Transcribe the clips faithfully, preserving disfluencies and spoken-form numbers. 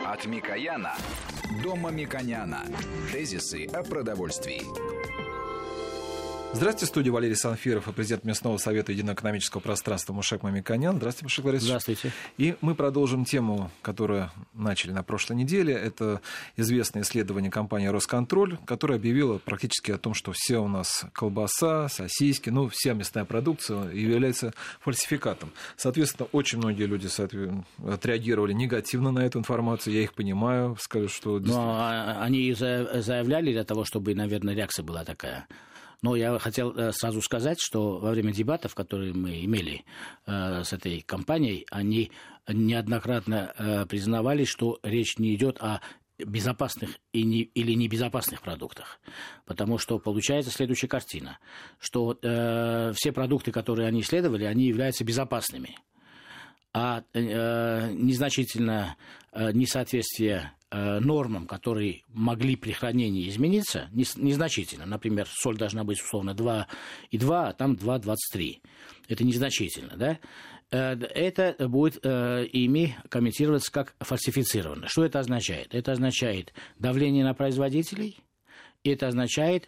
От Микояна до Мамиконяна. Тезисы о продовольствии. Здравствуйте, в студии Валерий Санфиров и президент Местного совета единого экономического пространства Мушек Мамиконян. Здравствуйте, Мушек Борисович. Здравствуйте. И мы продолжим тему, которую начали на прошлой неделе. Это известное исследование компании «Росконтроль», которая объявила практически о том, что все у нас колбаса, сосиски, ну, вся мясная продукция является фальсификатом. Соответственно, очень многие люди отреагировали негативно на эту информацию. Я их понимаю, скажу, что... Но они заявляли для того, чтобы, наверное, реакция была такая. Но я хотел сразу сказать, что во время дебатов, которые мы имели э, с этой компанией, они неоднократно э, признавали, что речь не идет о безопасных и не, или небезопасных продуктах. Потому что получается следующая картина, что э, все продукты, которые они исследовали, они являются безопасными. А э, незначительно э, несоответствие нормам, которые могли при хранении измениться, незначительно. Например, соль должна быть, условно, два и два, а там два и двадцать три. Это незначительно, да? Это будет ими комментироваться как фальсифицировано. Что это означает? Это означает давление на производителей, это означает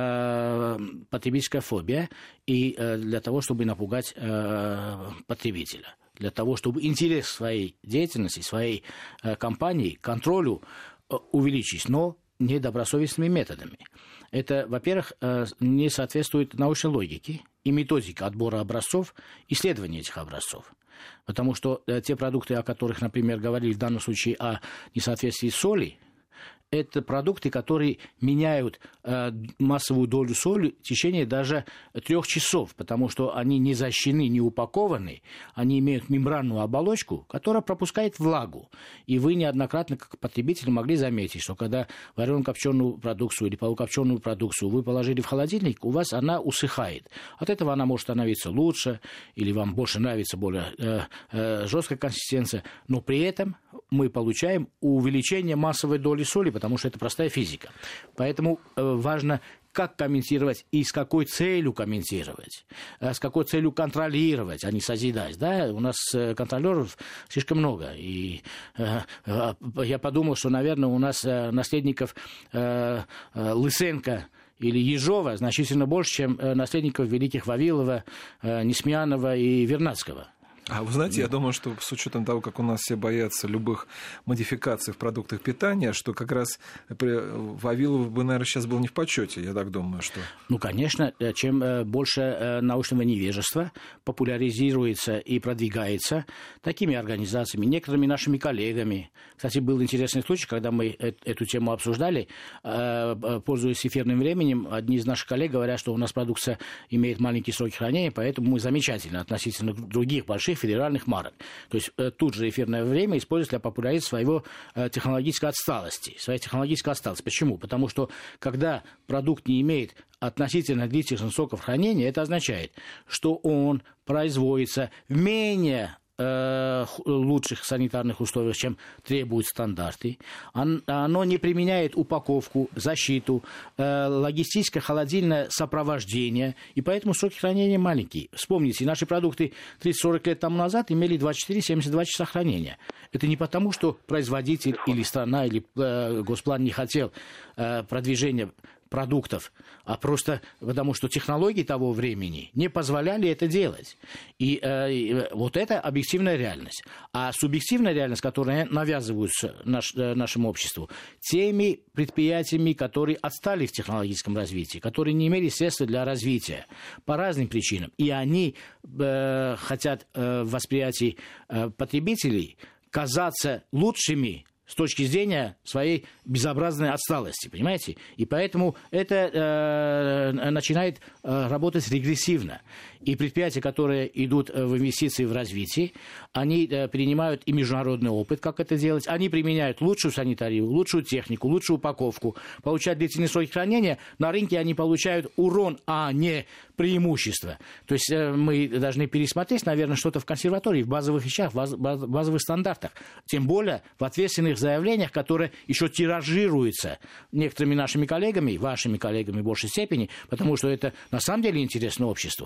э, потребительская фобия, и э, для того, чтобы напугать э, потребителя. Для того, чтобы интерес своей деятельности, своей э, компании, контролю э, увеличить, но недобросовестными методами. Это, во-первых, э, не соответствует научной логике и методике отбора образцов, исследования этих образцов. Потому что э, те продукты, о которых, например, говорили в данном случае о несоответствии соли, это продукты, которые меняют э, массовую долю соли в течение даже трех часов, потому что они не защищены, не упакованы, они имеют мембранную оболочку, которая пропускает влагу. И вы неоднократно, как потребитель, могли заметить, что когда варено-копченую продукцию или полукопченую продукцию вы положили в холодильник, у вас она усыхает. От этого она может становиться лучше, или вам больше нравится более э, э, жесткая консистенция, но при этом мы получаем увеличение массовой доли соли, потому что это простая физика. Поэтому э, важно, как комментировать и с какой целью комментировать, э, с какой целью контролировать, а не созидать. Да? У нас э, контролеров слишком много. И э, э, я подумал, что, наверное, у нас э, наследников э, э, Лысенко или Ежова значительно больше, чем э, наследников великих Вавилова, э, Несмеянова и Вернадского. А вы знаете, я думаю, что с учетом того, как у нас все боятся любых модификаций в продуктах питания, что как раз Вавилов бы, наверное, сейчас был не в почете, я так думаю, что... Ну, конечно, чем больше научного невежества популяризируется и продвигается такими организациями, некоторыми нашими коллегами. Кстати, был интересный случай, когда мы эту тему обсуждали, пользуясь эфирным временем, одни из наших коллег говорят, что у нас продукция имеет маленькие сроки хранения, поэтому мы замечательно относительно других больших федеральных марок. То есть э, тут же эфирное время используется для популяризации своего э, технологической отсталости. Своей технологической отсталости. Почему? Потому что когда продукт не имеет относительно длительных сроков хранения, это означает, что он производится в менее э, лучших санитарных условиях, чем требуют стандарты. Он, оно не применяет упаковку, защиту, э, логистическое холодильное сопровождение, и поэтому сроки хранения маленькие. Вспомните, наши продукты тридцать-сорок лет тому назад имели двадцать четыре - семьдесят два часа хранения. Это не потому, что производитель или страна, или э, Госплан не хотел э, продвижения продуктов, а просто потому, что технологии того времени не позволяли это делать. И э, вот это объективная реальность. А субъективная реальность, которая навязывается наш, э, нашему обществу, теми предприятиями, которые отстали в технологическом развитии, которые не имели средств для развития по разным причинам, и они э, хотят э, в восприятии э, потребителей казаться лучшими с точки зрения своей безобразной отсталости, понимаете? И поэтому это э, начинает э, работать регрессивно. И предприятия, которые идут в инвестиции в развитие, они э, принимают и международный опыт, как это делать, они применяют лучшую санитарию, лучшую технику, лучшую упаковку, получают длительные сроки хранения, на рынке они получают урон, а не преимущество. То есть э, мы должны пересмотреть, наверное, что-то в консерватории, в базовых вещах, в баз, баз, базовых стандартах. Тем более в ответственных заявлениях, которые еще тиражируются некоторыми нашими коллегами, вашими коллегами в большей степени, потому что это на самом деле интересно обществу. Потому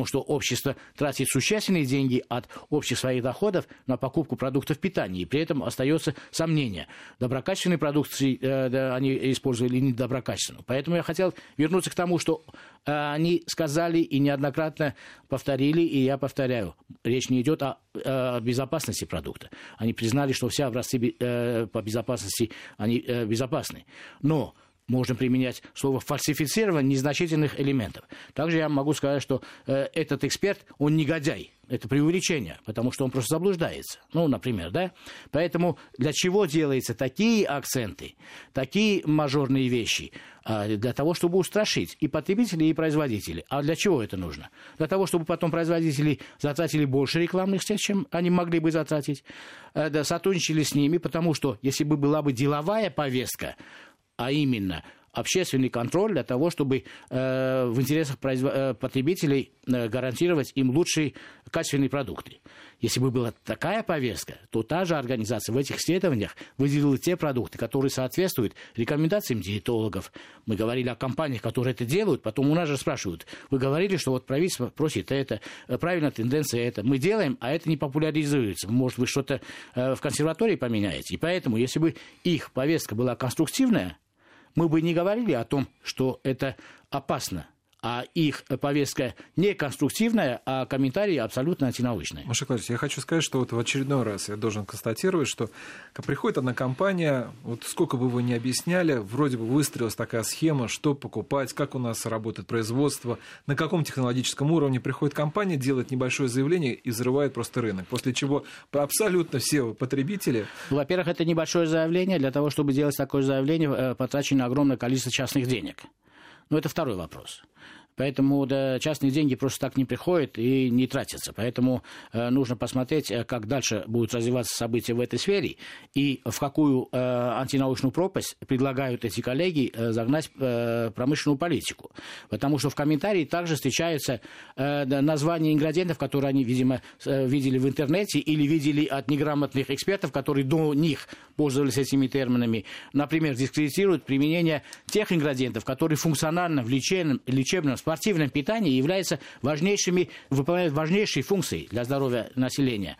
потому что общество тратит существенные деньги от общих своих доходов на покупку продуктов питания, и при этом остается сомнение, доброкачественные продукты э, да, они использовали или недоброкачественную. Поэтому я хотел вернуться к тому, что э, они сказали и неоднократно повторили, и я повторяю, речь не идет о, о безопасности продукта. Они признали, что все образцы э, по безопасности они э, безопасны. Но можно применять слово «фальсифицирование» незначительных элементов. Также я могу сказать, что э, этот эксперт, он негодяй. Это преувеличение, потому что он просто заблуждается. Ну, например, да? Поэтому для чего делаются такие акценты, такие мажорные вещи? Для того, чтобы устрашить и потребителей, и производителей. А для чего это нужно? Для того, чтобы потом производители затратили больше рекламных средств, чем они могли бы затратить, да, сотрудничали с ними, потому что если бы была бы деловая повестка, а именно общественный контроль для того, чтобы э, в интересах производ... потребителей э, гарантировать им лучшие качественные продукты. Если бы была такая повестка, то та же организация в этих исследованиях выделила те продукты, которые соответствуют рекомендациям диетологов. Мы говорили о компаниях, которые это делают, потом у нас же спрашивают, вы говорили, что вот правительство просит это, правильно, тенденция это. Мы делаем, а это не популяризуется. Может, вы что-то э, в консерватории поменяете. И поэтому, если бы их повестка была конструктивная, мы бы не говорили о том, что это опасно, а их повестка не конструктивная, а комментарии абсолютно антинаучные. Маша Клавдевич, я хочу сказать, что вот в очередной раз я должен констатировать, что приходит одна компания, вот сколько бы вы ни объясняли, вроде бы выстроилась такая схема, что покупать, как у нас работает производство, на каком технологическом уровне приходит компания, делает небольшое заявление и взрывает просто рынок, после чего абсолютно все потребители... Во-первых, это небольшое заявление. Для того, чтобы делать такое заявление, потрачено огромное количество частных денег. Но это второй вопрос. Поэтому да, частные деньги просто так не приходят и не тратятся. Поэтому э, нужно посмотреть, как дальше будут развиваться события в этой сфере и в какую э, антинаучную пропасть предлагают эти коллеги э, загнать э, промышленную политику. Потому что в комментарии также встречаются э, названия ингредиентов, которые они, видимо, э, видели в интернете или видели от неграмотных экспертов, которые до них пользовались этими терминами. Например, дискредитируют применение тех ингредиентов, которые функционально в лечебном, лечебном спортивном питании являются важнейшими, выполняют важнейшие функции для здоровья населения.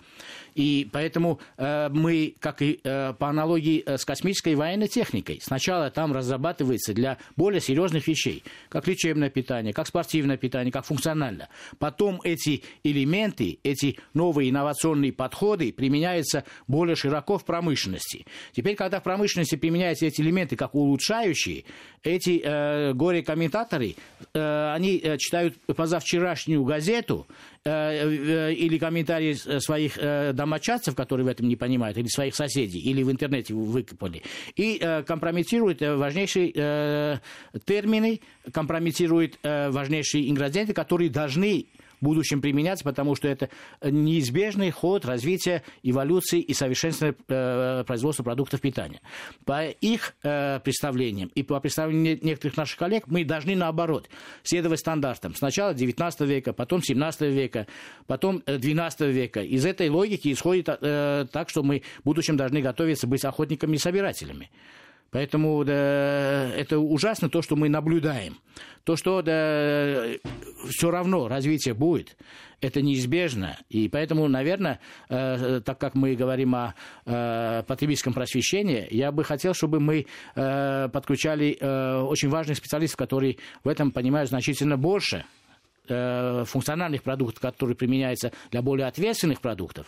И поэтому э, мы, как и э, по аналогии с космической и военной техникой, сначала там разрабатывается для более серьезных вещей, как лечебное питание, как спортивное питание, как функционально. Потом эти элементы, эти новые инновационные подходы применяются более широко в промышленности. Теперь, когда в промышленности применяются эти элементы как улучшающие, эти э, горе-комментаторы, э, они читают позавчерашнюю газету, или комментарии своих домочадцев, которые в этом не понимают, или своих соседей, или в интернете выкопали, и компрометируют важнейшие термины, компрометируют важнейшие ингредиенты, которые должны в будущем применяться, потому что это неизбежный ход развития, эволюции и совершенствования э, производства продуктов питания. По их э, представлениям и по представлениям некоторых наших коллег мы должны, наоборот, следовать стандартам. Сначала девятнадцатого века, потом семнадцатого века, потом двенадцатого века. Из этой логики исходит э, так, что мы в будущем должны готовиться быть охотниками и собирателями. Поэтому да, это ужасно то, что мы наблюдаем. То, что да, все равно развитие будет, это неизбежно. И поэтому, наверное, э, так как мы говорим о э, потребительском просвещении, я бы хотел, чтобы мы э, подключали э, очень важных специалистов, которые в этом понимают значительно больше э, функциональных продуктов, которые применяются для более ответственных продуктов.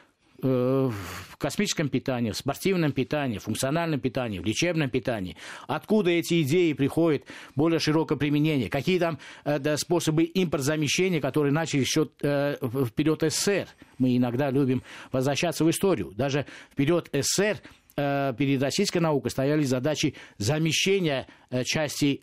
В космическом питании, в спортивном питании, в функциональном питании, в лечебном питании. Откуда эти идеи приходят в более широкое применение? Какие там э, да, способы импортзамещения, которые начали еще э, в период СССР? Мы иногда любим возвращаться в историю. Даже в период СССР перед российской наукой стояли задачи замещения части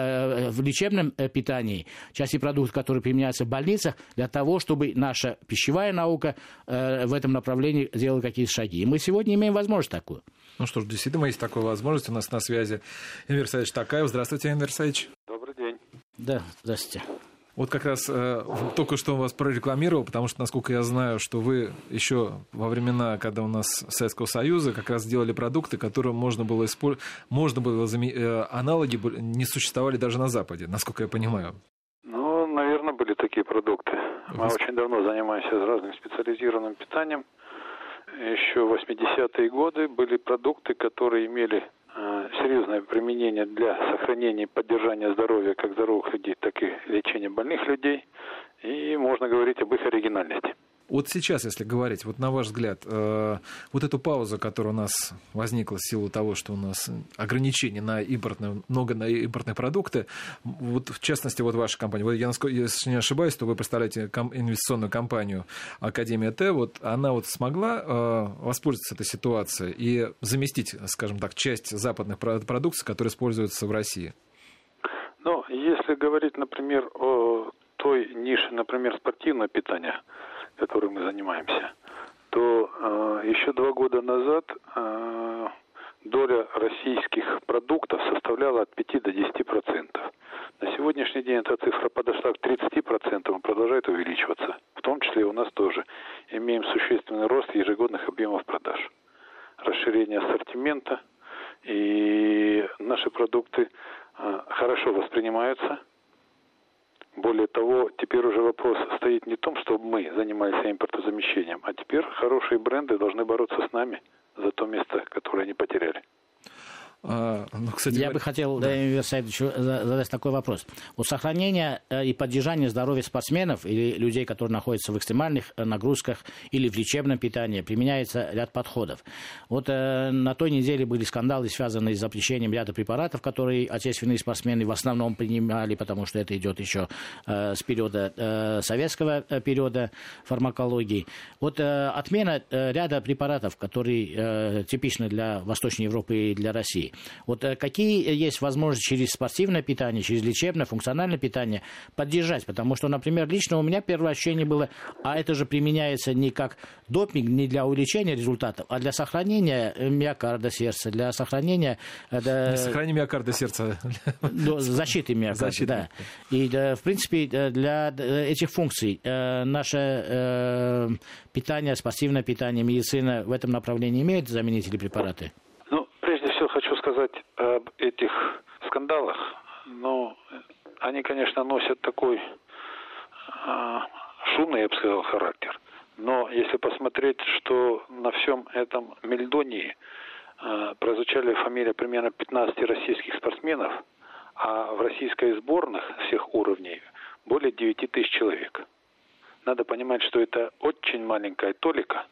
в лечебном питании, части продуктов, которые применяются в больницах, для того, чтобы наша пищевая наука в этом направлении делала какие-то шаги. И мы сегодня имеем возможность такую. Ну что ж, действительно, есть такая возможность. У нас на связи Энвер Саидович Токаев. Здравствуйте, Энвер Саидович. Добрый день. Да, здравствуйте. Вот как раз э, только что вас прорекламировал, потому что, насколько я знаю, что вы еще во времена, когда у нас Советского Союза, как раз делали продукты, которые можно было использовать, можно было э, аналоги не существовали даже на Западе, насколько я понимаю. Ну, наверное, были такие такие продукты. Мы очень давно занимаемся разным специализированным питанием. Еще в восьмидесятые годы были продукты, которые имели э, серьезное применение для сохранения и поддержания здоровья как здоровых людей, так и лечения больных людей. И можно говорить об их оригинальности. Вот сейчас, если говорить, вот на ваш взгляд, э, вот эту паузу, которая у нас возникла в силу того, что у нас ограничения на импортные, много на импортные продукты, вот в частности, вот ваша компания, вот я, если не ошибаюсь, то вы представляете ком- инвестиционную компанию Академия Т, вот она вот смогла э, воспользоваться этой ситуацией и заместить, скажем так, часть западных продуктов, которые используются в России? Ну, если говорить, например, о той нише, например, спортивное питание, которым мы занимаемся, то э, еще два года назад э, доля российских продуктов составляла от пяти до десяти процентов. На сегодняшний день эта цифра подошла к тридцати процентам и продолжает увеличиваться. В том числе и у нас тоже. Имеем существенный рост ежегодных объемов продаж, расширение ассортимента, и наши продукты э, хорошо воспринимаются. Более того, теперь уже вопрос стоит не в том, чтобы мы занимались импортозамещением, а теперь хорошие бренды должны бороться с нами за то место, которое они потеряли. А, ну, кстати, Я говоря... бы хотел, да. Игорь Саидович, задать такой вопрос. Вот сохранение и поддержание здоровья спортсменов или людей, которые находятся в экстремальных нагрузках или в лечебном питании, применяется ряд подходов. Вот э, на той неделе были скандалы, связанные с запрещением ряда препаратов, которые отечественные спортсмены в основном принимали, потому что это идет еще э, с периода э, советского э, периода фармакологии. Вот э, отмена э, ряда препаратов, которые э, типичны для Восточной Европы и для России. Вот какие есть возможности через спортивное питание, через лечебное, функциональное питание поддержать? Потому что, например, лично у меня первое ощущение было, а это же применяется не как допинг, не для увеличения результатов, а для сохранения миокарда сердца, для сохранения... Для сохранения миокарда сердца. Защиты миокарда, Защиты. Да. И, в принципе, для этих функций наше питание, спортивное питание, медицина в этом направлении имеет заменители препараты? Хочу сказать об этих скандалах, но они, конечно, носят такой э, шумный, я бы сказал, характер. Но если посмотреть, что на всем этом мельдонии э, прозвучали фамилии примерно пятнадцати российских спортсменов, а в российской сборных всех уровней более девяти тысяч человек. Надо понимать, что это очень маленькая толика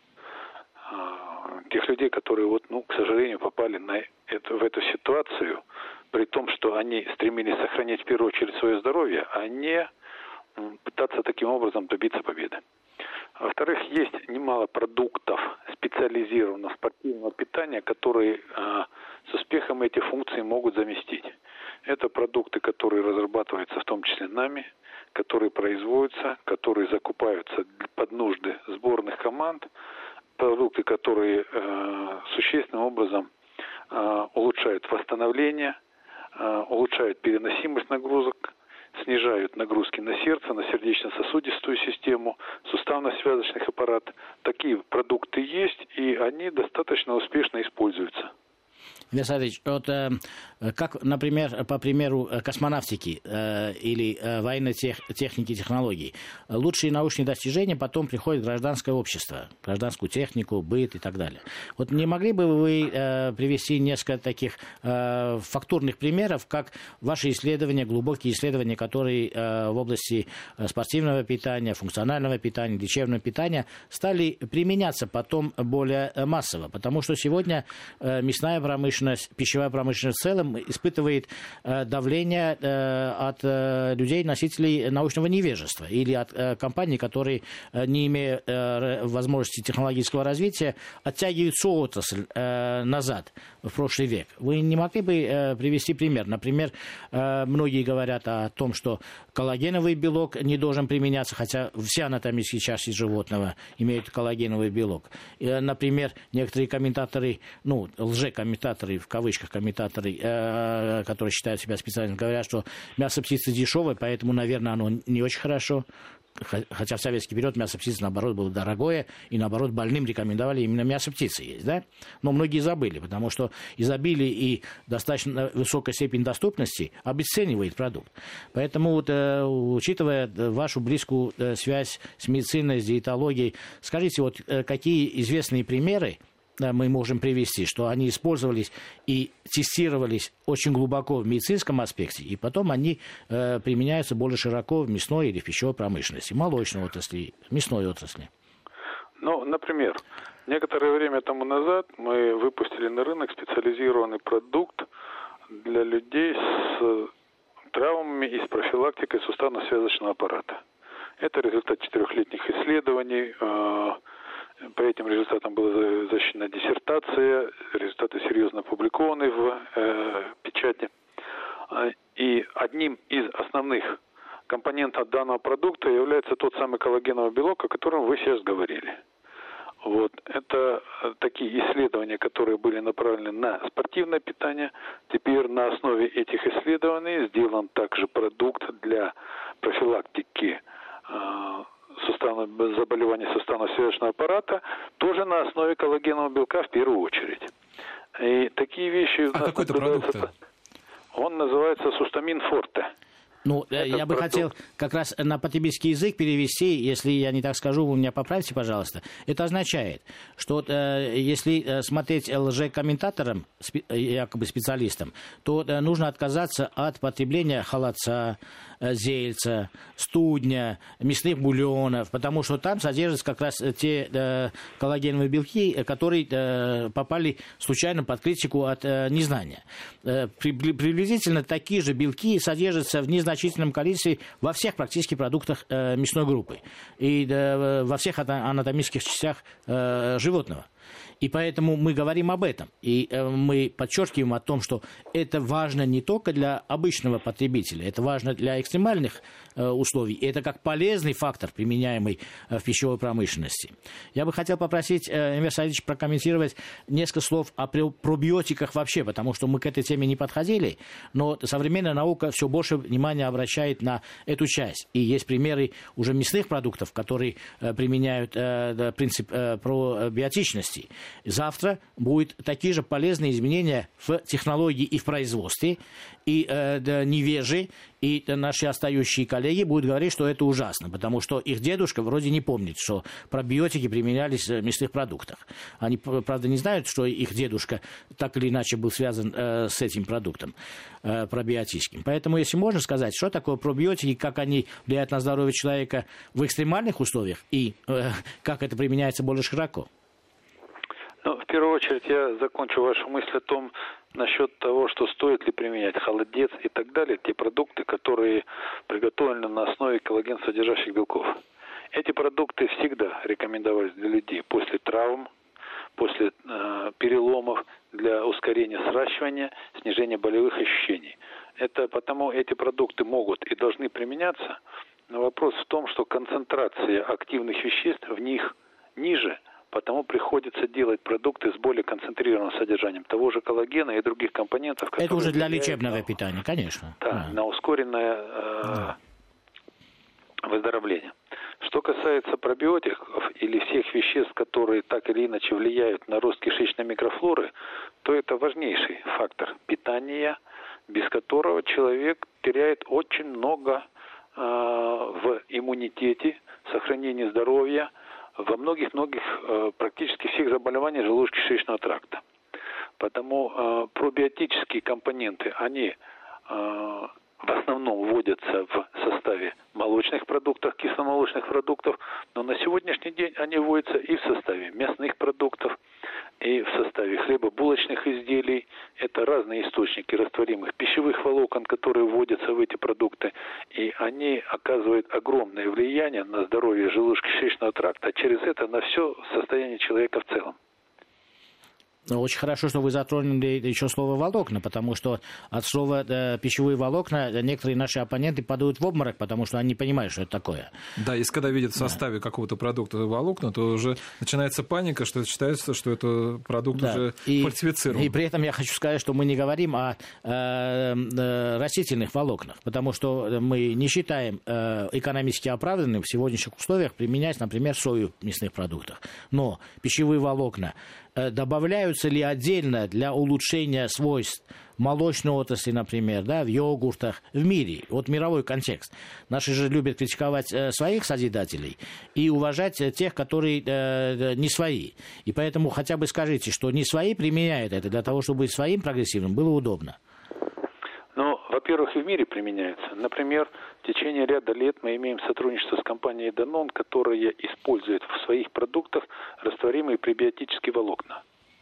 тех людей, которые, вот, ну, к сожалению, попали на эту, в эту ситуацию, при том, что они стремились сохранить в первую очередь свое здоровье, а не пытаться таким образом добиться победы. Во-вторых, есть немало продуктов специализированного спортивного питания, которые э, с успехом эти функции могут заместить. Это продукты, которые разрабатываются в том числе нами, которые производятся, которые закупаются под нужды сборных команд, продукты, которые э, существенным образом э, улучшают восстановление, э, улучшают переносимость нагрузок, снижают нагрузки на сердце, на сердечно-сосудистую систему, суставно-связочный аппарат. Такие продукты есть, и они достаточно успешно используются. Игорь Александрович, вот, э, как, например, по примеру космонавтики э, или э, военной тех, техники и технологий, лучшие научные достижения потом приходят в гражданское общество, гражданскую технику, быт и так далее. Вот не могли бы вы э, привести несколько таких э, фактурных примеров, как ваши исследования, глубокие исследования, которые э, в области спортивного питания, функционального питания, лечебного питания стали применяться потом более массово? Потому что сегодня э, мясная промышленность, пищевая промышленность в целом испытывает э, давление э, от э, людей, носителей научного невежества, или от э, компаний, которые, э, не имея э, возможности технологического развития, оттягивают всю отрасль э, назад, в прошлый век. Вы не могли бы э, привести пример? Например, э, многие говорят о том, что коллагеновый белок не должен применяться, хотя все анатомические части животного имеют коллагеновый белок. И, например, некоторые комментаторы, ну, лжекомментаторы, комментаторы, в кавычках комментаторы, э, которые считают себя специалистами, говорят, что мясо птицы дешевое, поэтому, наверное, оно не очень хорошо. Хотя в советский период мясо птицы, наоборот, было дорогое, и, наоборот, больным рекомендовали именно мясо птицы есть, да? Но многие забыли, потому что изобилие и достаточно высокая степень доступности обесценивает продукт. Поэтому, вот, э, учитывая вашу близкую э, связь с медициной, с диетологией, скажите, вот э, какие известные примеры мы можем привести, что они использовались и тестировались очень глубоко в медицинском аспекте, и потом они э, применяются более широко в мясной или в пищевой промышленности, молочной отрасли, мясной отрасли. Ну, например, некоторое время тому назад мы выпустили на рынок специализированный продукт для людей с травмами и с профилактикой суставно-связочного аппарата. Это результат четырехлетних исследований. По этим результатам была защищена диссертация, результаты серьезно опубликованы в э, печати. И одним из основных компонентов данного продукта является тот самый коллагеновый белок, о котором вы сейчас говорили. Вот. Это такие исследования, которые были направлены на спортивное питание. Теперь на основе этих исследований сделан также продукт для профилактики э, Суставно, заболевания суставно-связочного аппарата, тоже на основе коллагенового белка в первую очередь. И такие вещи... А какой это продукт? Он называется Сустамин Форте. Ну, это я бы продукт. хотел как раз на потребительский язык перевести, если я не так скажу, вы меня поправьте, пожалуйста. Это означает, что э, если смотреть лжекомментаторам, спе, якобы специалистам, то э, нужно отказаться от потребления холодца, э, зельца, студня, мясных бульонов, потому что там содержатся как раз те э, коллагеновые белки, которые э, попали случайно под критику от э, незнания. Э, при, приблизительно такие же белки содержатся в незначительном значительном количестве во всех практически продуктах э, мясной группы и э, во всех анатомических частях э, животного. И поэтому мы говорим об этом. И э, мы подчеркиваем о том, что это важно не только для обычного потребителя, это важно для экстремальных э, условий. И это как полезный фактор, применяемый э, в пищевой промышленности. Я бы хотел попросить э, Энвер Саидовича прокомментировать несколько слов о пробиотиках вообще, потому что мы к этой теме не подходили, но современная наука все больше внимания обращает на эту часть. И есть примеры уже мясных продуктов, которые э, применяют э, принцип э, пробиотичности. Завтра будут такие же полезные изменения в технологии и в производстве. И э, да, невежи, и да, наши остающие коллеги будут говорить, что это ужасно, потому что их дедушка вроде не помнит, что пробиотики применялись в мясных продуктах. Они, правда, не знают, что их дедушка так или иначе был связан э, с этим продуктом э, пробиотическим. Поэтому, если можно сказать, что такое пробиотики, как они влияют на здоровье человека в экстремальных условиях, и э, как это применяется более широко. Ну, в первую очередь я закончу вашу мысль о том, насчет того, что стоит ли применять холодец и так далее, те продукты, которые приготовлены на основе коллаген-содержащих белков. Эти продукты всегда рекомендовались для людей после травм, после э, переломов, для ускорения сращивания, снижения болевых ощущений. Это потому эти продукты могут и должны применяться, но вопрос в том, что концентрация активных веществ в них ниже, потому приходится делать продукты с более концентрированным содержанием того же коллагена и других компонентов. Это уже для лечебного на, питания, конечно. Да, да. На ускоренное э, да. выздоровление. Что касается пробиотиков или всех веществ, которые так или иначе влияют на рост кишечной микрофлоры, то это важнейший фактор питания, без которого человек теряет очень много э, в иммунитете, сохранении здоровья, во многих-многих, э, практически всех заболеваниях желудочно-кишечного тракта. Потому э, пробиотические компоненты, они э, в основном вводятся в составе молочных продуктов, кисломолочных продуктов, но на сегодняшний день они вводятся и в составе мясных продуктов, и в составе хлебобулочных изделий. Это разные источники растворимых пищевых волокон, которые вводятся в эти продукты, и они оказывают огромное влияние на здоровье желудочно-кишечного тракта, а через это на все состояние человека в целом. Очень хорошо, что вы затронули еще слово «волокна», потому что от слова э, «пищевые волокна» некоторые наши оппоненты падают в обморок, потому что они не понимают, что это такое. Да, если когда видят в составе да. какого-то продукта волокна, то уже начинается паника, что считается, что это продукт да. уже и, фальсифицирован. И при этом я хочу сказать, что мы не говорим о э, э, растительных волокнах, потому что мы не считаем э, экономически оправданным в сегодняшних условиях применять, например, сою в мясных продуктах. Но пищевые волокна добавляются ли отдельно для улучшения свойств молочной отрасли, например, да, в йогуртах, в мире, вот мировой контекст. Наши же любят критиковать э, своих созидателей и уважать э, тех, которые э, не свои. И поэтому хотя бы скажите, что не свои применяют это для того, чтобы своим прогрессивным было удобно. Ну, во-первых, и в мире применяется. Например, в течение ряда лет мы имеем сотрудничество с компанией Danone, которая использует в своих продуктах растворимые пребиотические волокна.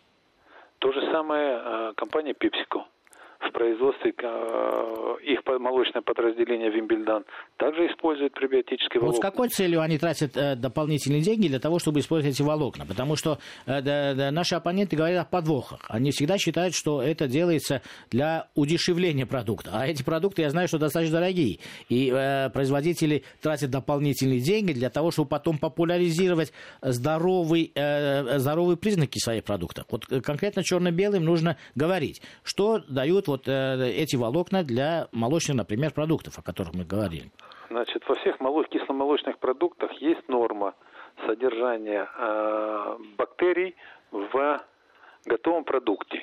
То же самое э, компания PepsiCo. В производстве э, их молочное подразделение Вимбельдан также использует пребиотические волокна. Вот с какой целью они тратят э, дополнительные деньги для того, чтобы использовать эти волокна? Потому что э, да, да, наши оппоненты говорят о подвохах. Они всегда считают, что это делается для удешевления продукта. А эти продукты, я знаю, что достаточно дорогие. И э, производители тратят дополнительные деньги для того, чтобы потом популяризировать здоровый, э, здоровые признаки своих продуктов. Вот конкретно черно-белым нужно говорить, что дают вот э, эти волокна для молочных, например, продуктов, о которых мы говорили. Значит, во всех молоч- кисломолочных продуктах есть норма содержания э, бактерий в готовом продукте.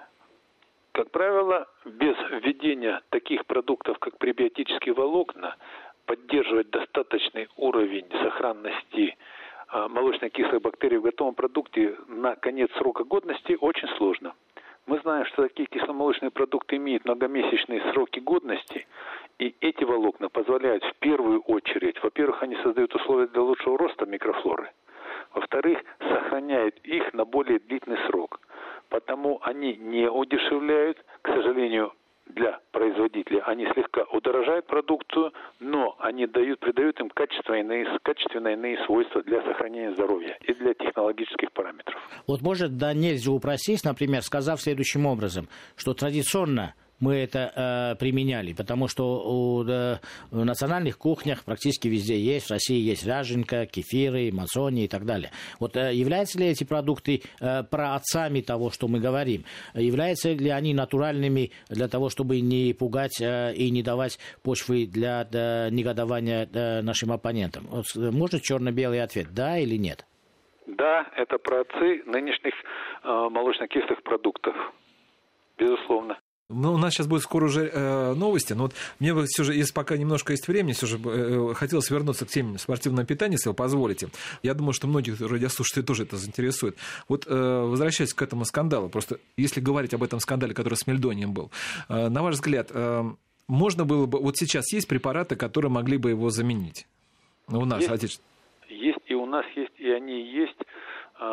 Как правило, без введения таких продуктов, как пребиотические волокна, поддерживать достаточный уровень сохранности э, молочно-кислых бактерий в готовом продукте на конец срока годности очень сложно. Мы знаем, что такие кисломолочные продукты имеют многомесячные сроки годности, и эти волокна позволяют в первую очередь, во-первых, они создают условия для лучшего роста микрофлоры, во-вторых, сохраняют их на более длительный срок. Потому они не удешевляют, к сожалению, для производителей, они слегка удорожают продукцию, но они дают, придают им качественные, качественные иные свойства для сохранения здоровья и для технологических параметров. Вот может, да, нельзя упростить, например, сказав следующим образом, что традиционно мы это э, применяли, потому что у, да, в национальных кухнях практически везде есть, в России есть ряженка, кефиры, мацони и так далее. Вот э, являются ли эти продукты э, праотцами того, что мы говорим? Являются ли они натуральными для того, чтобы не пугать э, и не давать почвы для да, негодования да, нашим оппонентам? Вот, можно черно-белый ответ, да или нет? Да, это праотцы нынешних э, молочно-кислых продуктов, безусловно. Ну, у нас сейчас будет скоро уже э, новости, но вот мне бы все же, если пока немножко есть времени, все же э, хотелось вернуться к теме спортивного питания, если вы позволите. Я думаю, что многих радиослушателей тоже это заинтересует. Вот э, возвращаясь к этому скандалу, просто если говорить об этом скандале, который с Мельдонием был, э, на ваш взгляд, э, можно было бы, вот сейчас есть препараты, которые могли бы его заменить? У нас, есть, отечественные. Есть, и у нас есть, и они есть э,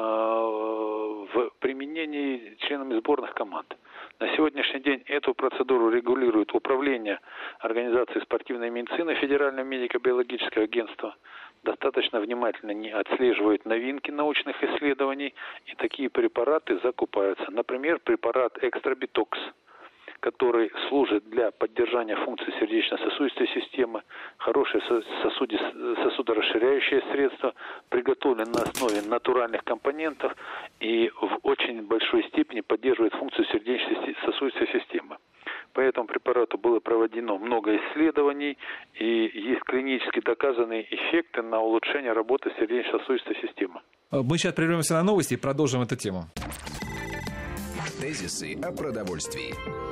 в применении членами сборных команд. На сегодняшний день эту процедуру регулирует Управление организации спортивной медицины Федерального медико-биологического агентства. Достаточно внимательно не отслеживают новинки научных исследований, и такие препараты закупаются. Например, препарат Экстрабитокс, который служит для поддержания функций сердечно-сосудистой системы, хорошее сосуди, сосудорасширяющее средство, приготовлен на основе натуральных компонентов и в очень большой степени поддерживает функцию сердечно-сосудистой системы. По этому препарату было проведено много исследований, и есть клинически доказанные эффекты на улучшение работы сердечно-сосудистой системы. Мы сейчас прервемся на новости и продолжим эту тему. Тезисы о продовольствии.